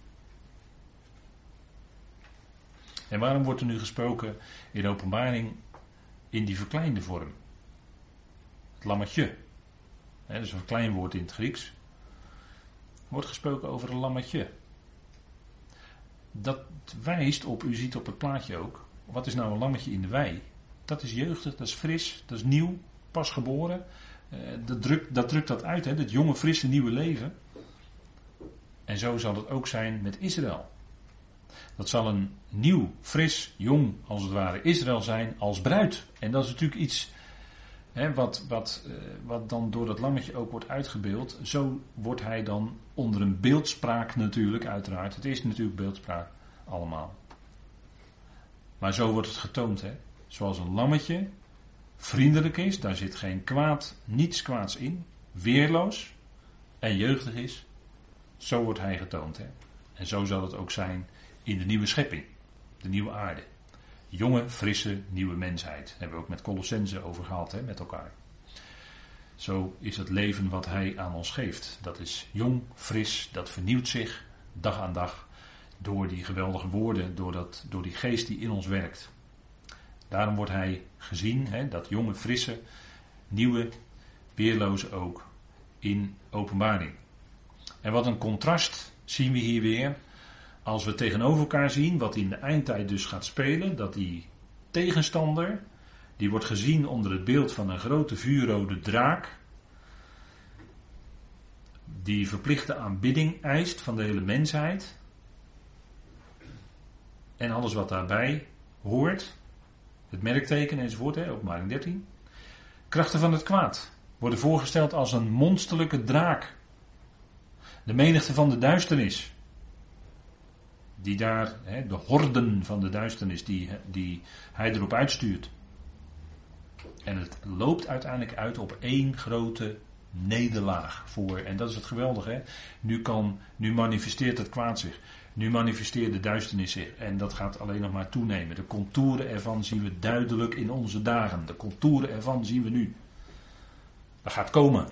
En waarom wordt er nu gesproken in Openbaring in die verkleinde vorm? Het lammetje. Dat is een verkleinwoord in het Grieks. Er wordt gesproken over een lammetje. Dat wijst op, u ziet op het plaatje ook, wat is nou een lammetje in de wei? Dat is jeugdig, dat is fris, dat is nieuw, pas geboren. Dat drukt dat uit, dat jonge, frisse, nieuwe leven. En zo zal het ook zijn met Israël. Dat zal een nieuw, fris, jong, als het ware, Israël zijn als bruid. En dat is natuurlijk iets wat dan door dat lammetje ook wordt uitgebeeld, zo wordt hij dan onder een beeldspraak natuurlijk, uiteraard. Het is natuurlijk beeldspraak, allemaal. Maar zo wordt het getoond, hè. Zoals een lammetje vriendelijk is, daar zit geen kwaad, niets kwaads in, weerloos en jeugdig is, zo wordt hij getoond, hè. En zo zal het ook zijn in de nieuwe schepping, de nieuwe aarde. Jonge, frisse, nieuwe mensheid. Daar hebben we ook met Colossenzen over gehad, hè, met elkaar. Zo is het leven wat hij aan ons geeft. Dat is jong, fris, dat vernieuwt zich dag aan dag door die geweldige woorden, door die geest die in ons werkt. Daarom wordt hij gezien, hè, dat jonge, frisse, nieuwe, weerloze ook in Openbaring. En wat een contrast zien we hier weer. Als we tegenover elkaar zien wat in de eindtijd dus gaat spelen, dat die tegenstander, die wordt gezien onder het beeld van een grote vuurrode draak, die verplichte aanbidding eist van de hele mensheid en alles wat daarbij hoort, het merkteken enzovoort, Openbaring 13. Krachten van het kwaad worden voorgesteld als een monsterlijke draak, de menigte van de duisternis. Die daar, de horden van de duisternis, die hij erop uitstuurt. En het loopt uiteindelijk uit op één grote nederlaag voor. En dat is het geweldige. Nu manifesteert het kwaad zich. Nu manifesteert de duisternis zich. En dat gaat alleen nog maar toenemen. De contouren ervan zien we duidelijk in onze dagen. De contouren ervan zien we nu. Dat gaat komen.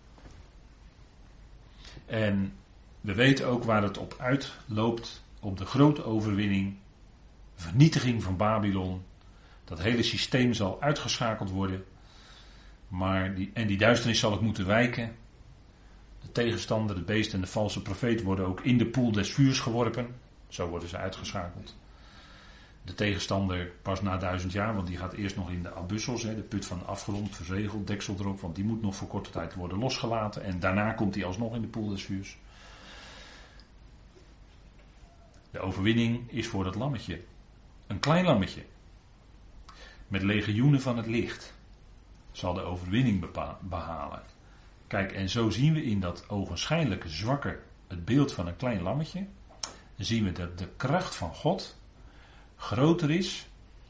En we weten ook waar het op uitloopt. Op de grote overwinning, vernietiging van Babylon. Dat hele systeem zal uitgeschakeld worden. Die duisternis zal ook moeten wijken. De tegenstander, de beest en de valse profeet worden ook in de poel des vuurs geworpen. Zo worden ze uitgeschakeld. De tegenstander pas na 1000 jaar, want die gaat eerst nog in de abyssals, de put van de afgrond, verzegeld, deksel erop. Want die moet nog voor korte tijd worden losgelaten. En daarna komt hij alsnog in de poel des vuurs. De overwinning is voor dat lammetje. Een klein lammetje. Met legioenen van het licht. Zal de overwinning behalen. Kijk, en zo zien we in dat ogenschijnlijke zwakke het beeld van een klein lammetje. Dan zien we dat de kracht van God groter is.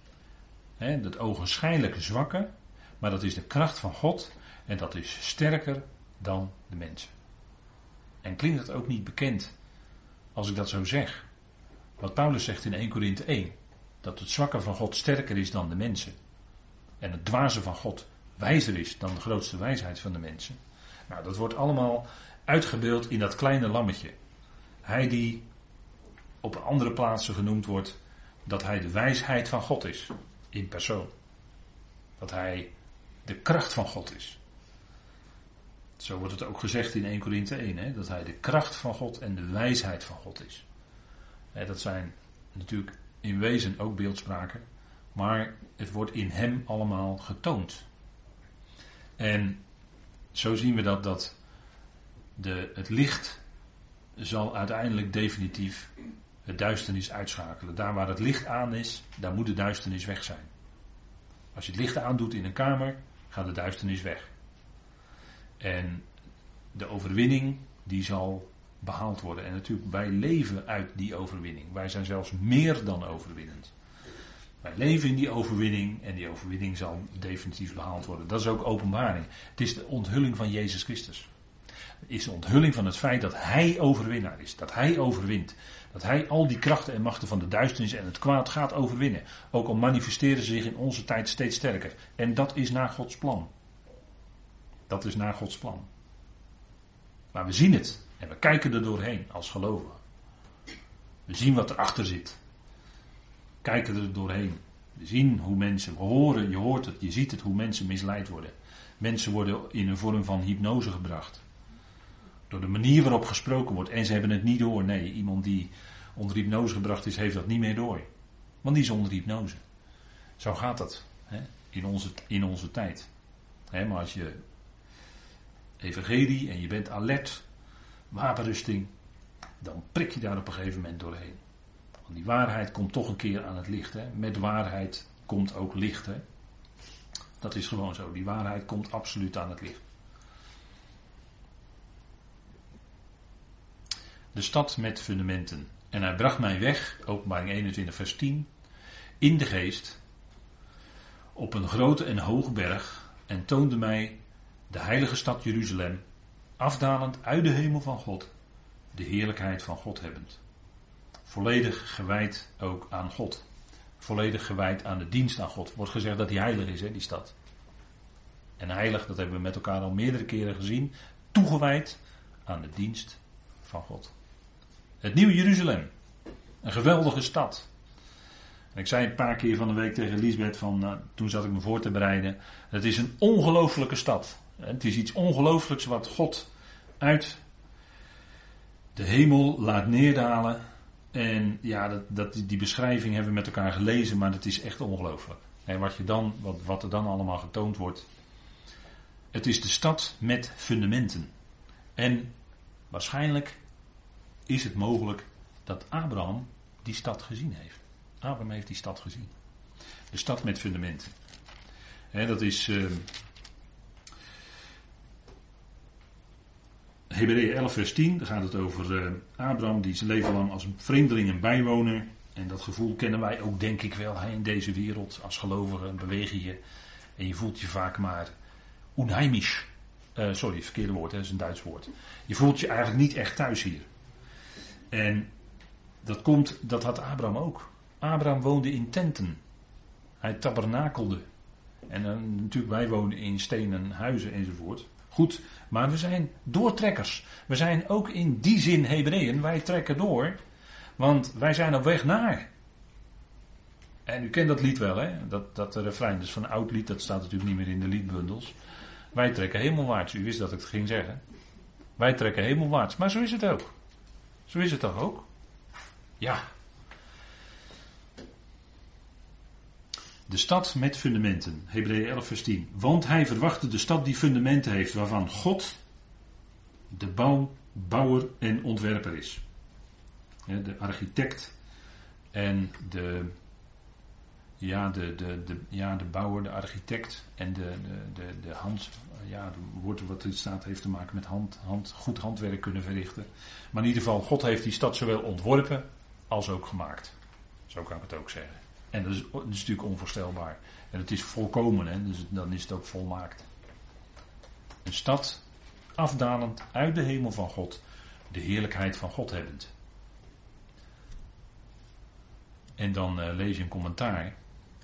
Dat ogenschijnlijke zwakke. Maar dat is de kracht van God. En dat is sterker dan de mensen. En klinkt het ook niet bekend als ik dat zo zeg? Wat Paulus zegt in 1 Korinthe 1. Dat het zwakke van God sterker is dan de mensen. En het dwaze van God wijzer is dan de grootste wijsheid van de mensen. Nou, dat wordt allemaal uitgebeeld in dat kleine lammetje. Hij die op andere plaatsen genoemd wordt dat hij de wijsheid van God is. In persoon. Dat hij de kracht van God is. Zo wordt het ook gezegd in 1 Korinthe 1. Dat hij de kracht van God en de wijsheid van God is. Dat zijn natuurlijk in wezen ook beeldspraken. Maar het wordt in hem allemaal getoond. En zo zien we dat het licht zal uiteindelijk definitief het duisternis uitschakelen. Daar waar het licht aan is, daar moet de duisternis weg zijn. Als je het licht aandoet in een kamer, gaat de duisternis weg. En de overwinning die zal behaald worden. En natuurlijk, wij leven uit die overwinning. Wij zijn zelfs meer dan overwinnend. Wij leven in die overwinning en die overwinning zal definitief behaald worden. Dat is ook openbaring. Het is de onthulling van Jezus Christus. Het is de onthulling van het feit dat hij overwinnaar is. Dat hij overwint. Dat hij al die krachten en machten van de duisternis en het kwaad gaat overwinnen. Ook al manifesteren ze zich in onze tijd steeds sterker. En dat is naar Gods plan. Dat is naar Gods plan. Maar we zien het. En we kijken er doorheen als gelovigen. We zien wat erachter zit. We kijken er doorheen. We zien hoe mensen, we horen, je hoort het, je ziet het, hoe mensen misleid worden. Mensen worden in een vorm van hypnose gebracht. Door de manier waarop gesproken wordt. En ze hebben het niet door. Nee, iemand die onder hypnose gebracht is, heeft dat niet meer door. Want die is onder hypnose. Zo gaat dat in onze tijd. Maar als je evangelie en je bent alert, wapenrusting, dan prik je daar op een gegeven moment doorheen. Want die waarheid komt toch een keer aan het licht. Met waarheid komt ook licht. Dat is gewoon zo. Die waarheid komt absoluut aan het licht. De stad met fundamenten. En hij bracht mij weg, Openbaring 21 vers 10, in de geest, op een grote en hoge berg, en toonde mij de heilige stad Jeruzalem, afdalend uit de hemel van God, de heerlijkheid van God hebbend. Volledig gewijd ook aan God. Volledig gewijd aan de dienst aan God. Wordt gezegd dat hij heilig is, hè, die stad. En heilig, dat hebben we met elkaar al meerdere keren gezien, toegewijd aan de dienst van God. Het nieuwe Jeruzalem. Een geweldige stad. En ik zei een paar keer van de week tegen Lisbeth, toen zat ik me voor te bereiden. Het is een ongelooflijke stad. Het is iets ongelooflijks wat God uit de hemel laat neerdalen. En ja, die beschrijving hebben we met elkaar gelezen, maar dat is echt ongelooflijk. En wat er dan allemaal getoond wordt. Het is de stad met fundamenten. En waarschijnlijk is het mogelijk dat Abraham die stad gezien heeft. Abraham heeft die stad gezien. De stad met fundamenten. Dat is Hebreeën 11 vers 10. Daar gaat het over Abraham die zijn leven lang als een vreemdeling en bijwoner. En dat gevoel kennen wij ook denk ik wel in deze wereld. Als gelovige beweeg je. En je voelt je vaak maar unheimisch. Verkeerde woord, dat is een Duits woord. Je voelt je eigenlijk niet echt thuis hier. En dat had Abraham ook. Abraham woonde in tenten. Hij tabernakelde. En natuurlijk wij wonen in stenen huizen enzovoort. Goed, maar we zijn doortrekkers. We zijn ook in die zin Hebreeën. Wij trekken door. Want wij zijn op weg naar. En u kent dat lied wel, hè? Dat refrein, dus van een oud lied. Dat staat natuurlijk niet meer in de liedbundels. Wij trekken hemelwaarts. U wist dat ik het ging zeggen. Wij trekken hemelwaarts. Maar zo is het ook. Zo is het toch ook? Ja. De stad met fundamenten. Hebreeën 11 vers 10. Want hij verwachtte de stad die fundamenten heeft, waarvan God de bouwer en ontwerper is. De architect en de bouwer, de architect en de hand. Ja, het woord wat er staat heeft te maken met goed handwerk kunnen verrichten. Maar in ieder geval, God heeft die stad zowel ontworpen als ook gemaakt. Zo kan ik het ook zeggen. En dat is natuurlijk onvoorstelbaar. En het is volkomen, hè? Dus dan is het ook volmaakt. Een stad, afdalend uit de hemel van God, de heerlijkheid van God hebbend. En dan lees je een commentaar.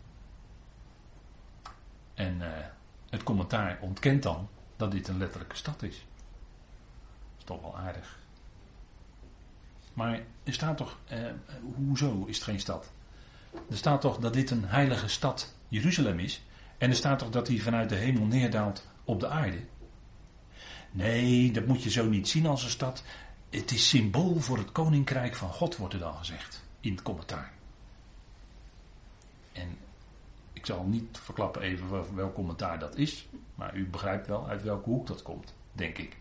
En het commentaar ontkent dan dat dit een letterlijke stad is. Dat is toch wel aardig. Maar er staat toch, hoezo is het geen stad? Er staat toch dat dit een heilige stad Jeruzalem is. En er staat toch dat hij vanuit de hemel neerdaalt op de aarde. Nee, dat moet je zo niet zien als een stad. Het is symbool voor het koninkrijk van God, wordt er dan gezegd in het commentaar. En ik zal niet verklappen even welk commentaar dat is. Maar u begrijpt wel uit welke hoek dat komt, denk ik.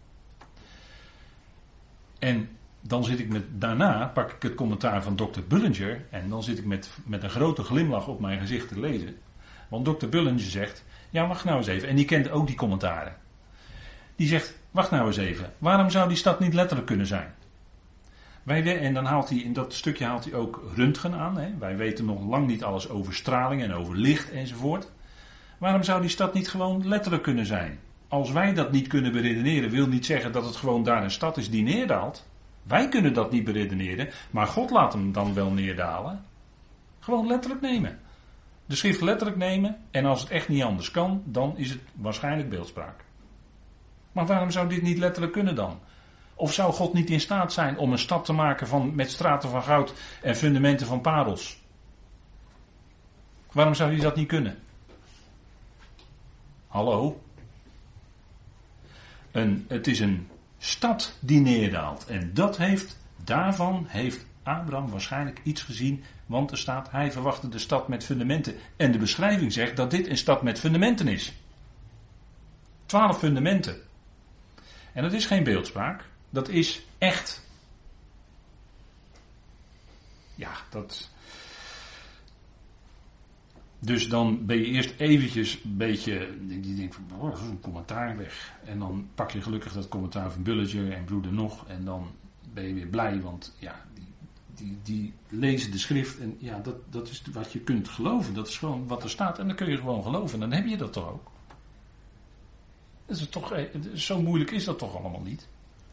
En dan zit ik daarna pak ik het commentaar van Dr. Bullinger. En dan zit ik met een grote glimlach op mijn gezicht te lezen. Want Dr. Bullinger zegt, ja wacht nou eens even. En die kent ook die commentaren. Die zegt, wacht nou eens even. Waarom zou die stad niet letterlijk kunnen zijn? En dan haalt hij, in dat stukje haalt hij ook röntgen aan. Hè? Wij weten nog lang niet alles over straling en over licht enzovoort. Waarom zou die stad niet gewoon letterlijk kunnen zijn? Als wij dat niet kunnen beredeneren, wil niet zeggen dat het gewoon daar een stad is die neerdaalt. Wij kunnen dat niet beredeneren, maar God laat hem dan wel neerdalen. Gewoon letterlijk nemen. De schrift letterlijk nemen en als het echt niet anders kan, dan is het waarschijnlijk beeldspraak. Maar waarom zou dit niet letterlijk kunnen dan? Of zou God niet in staat zijn om een stad te maken met straten van goud en fundamenten van parels? Waarom zou hij dat niet kunnen? Hallo? Het is een stad die neerdaalt. En daarvan heeft Abraham waarschijnlijk iets gezien. Want er staat, hij verwachtte de stad met fundamenten. En de beschrijving zegt dat dit een stad met fundamenten is. 12 fundamenten. En dat is geen beeldspraak. Dat is echt. Ja, Dus dan ben je eerst eventjes een beetje, die denkt van, dat is een commentaar weg. En dan pak je gelukkig dat commentaar van Bullinger en Broeder Nog. En dan ben je weer blij, want ja, die lezen de schrift. En ja, dat is wat je kunt geloven. Dat is gewoon wat er staat. En dan kun je gewoon geloven. En dan heb je dat toch ook. Dat is toch, zo moeilijk is dat toch allemaal niet.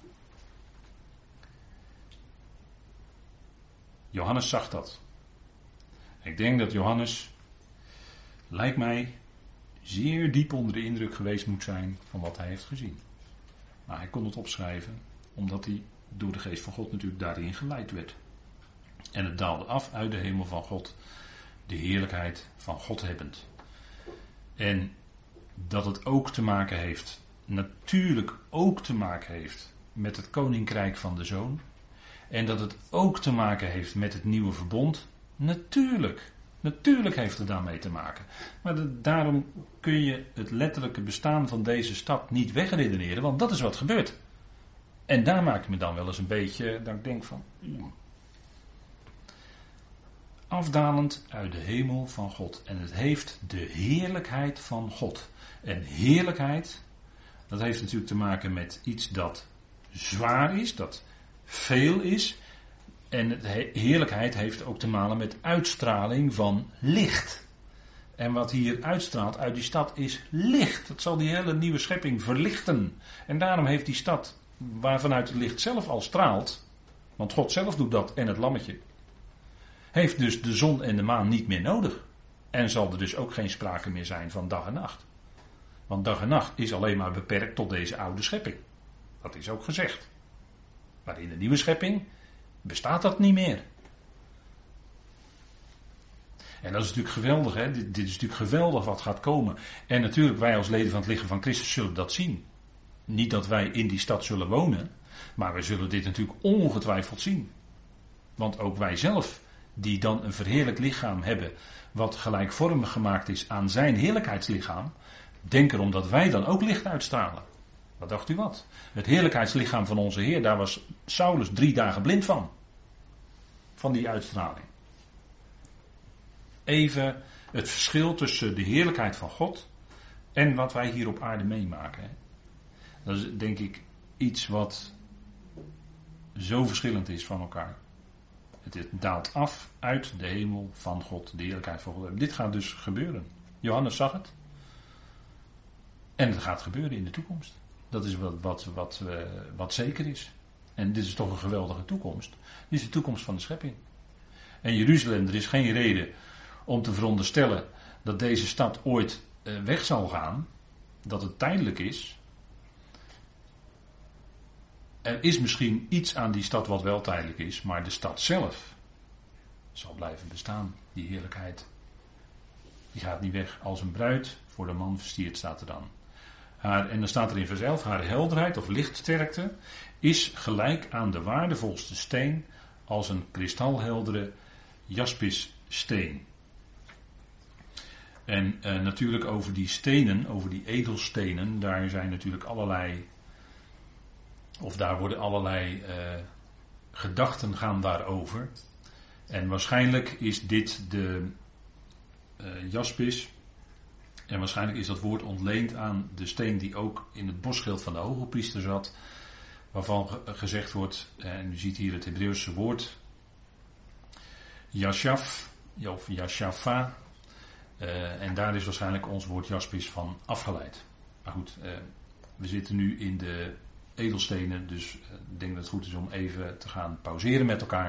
Johannes zag dat. Ik denk dat Johannes, lijkt mij, zeer diep onder de indruk geweest moet zijn van wat hij heeft gezien. Maar hij kon het opschrijven, omdat hij door de geest van God natuurlijk daarin geleid werd. En het daalde af uit de hemel van God, de heerlijkheid van God hebbend. En dat het ook te maken heeft, natuurlijk ook te maken heeft met het koninkrijk van de Zoon. En dat het ook te maken heeft met het nieuwe verbond. Natuurlijk heeft het daarmee te maken. Maar daarom kun je het letterlijke bestaan van deze stad niet wegredeneren, want dat is wat gebeurt. En daar maak ik me dan wel eens een beetje, dat ik denk van, afdalend uit de hemel van God. En het heeft de heerlijkheid van God. En heerlijkheid, dat heeft natuurlijk te maken met iets dat zwaar is, dat veel is. En heerlijkheid heeft ook te maken met uitstraling van licht. En wat hier uitstraalt uit die stad is licht. Dat zal die hele nieuwe schepping verlichten. En daarom heeft die stad, waarvanuit het licht zelf al straalt, want God zelf doet dat en het lammetje, heeft dus de zon en de maan niet meer nodig. En zal er dus ook geen sprake meer zijn van dag en nacht. Want dag en nacht is alleen maar beperkt tot deze oude schepping. Dat is ook gezegd. Maar in de nieuwe schepping bestaat dat niet meer. En dat is natuurlijk geweldig, hè? Dit is natuurlijk geweldig wat gaat komen. En natuurlijk, wij als leden van het lichaam van Christus zullen dat zien. Niet dat wij in die stad zullen wonen, maar we zullen dit natuurlijk ongetwijfeld zien. Want ook wij zelf, die dan een verheerlijk lichaam hebben, wat gelijkvormig gemaakt is aan zijn heerlijkheidslichaam, denk erom dat wij dan ook licht uitstralen. Wat dacht u wat? Het heerlijkheidslichaam van onze Heer, daar was Saulus 3 dagen blind van. Van die uitstraling. Even het verschil tussen de heerlijkheid van God en wat wij hier op aarde meemaken. Dat is denk ik iets wat zo verschillend is van elkaar. Het daalt af uit de hemel van God, de heerlijkheid van God. Dit gaat dus gebeuren. Johannes zag het. En het gaat gebeuren in de toekomst. Dat is wat zeker is. En dit is toch een geweldige toekomst. Dit is de toekomst van de schepping. En Jeruzalem, er is geen reden om te veronderstellen dat deze stad ooit weg zal gaan. Dat het tijdelijk is. Er is misschien iets aan die stad wat wel tijdelijk is, maar de stad zelf zal blijven bestaan. Die heerlijkheid, die gaat niet weg. Als een bruid voor de man versierd, staat er dan. En dan staat er in vers 11, haar helderheid of lichtsterkte is gelijk aan de waardevolste steen als een kristalheldere jaspissteen. En natuurlijk over die stenen, over die edelstenen, daar zijn natuurlijk allerlei, of daar worden allerlei gedachten gaan daarover. En waarschijnlijk is dit de jaspis. En waarschijnlijk is dat woord ontleend aan de steen die ook in het bosschild van de hogepriester zat. Waarvan gezegd wordt, en u ziet hier het Hebreeuwse woord, Yashaf, of Yashafa. En daar is waarschijnlijk ons woord jaspis van afgeleid. Maar goed, we zitten nu in de edelstenen, dus ik denk dat het goed is om even te gaan pauzeren met elkaar.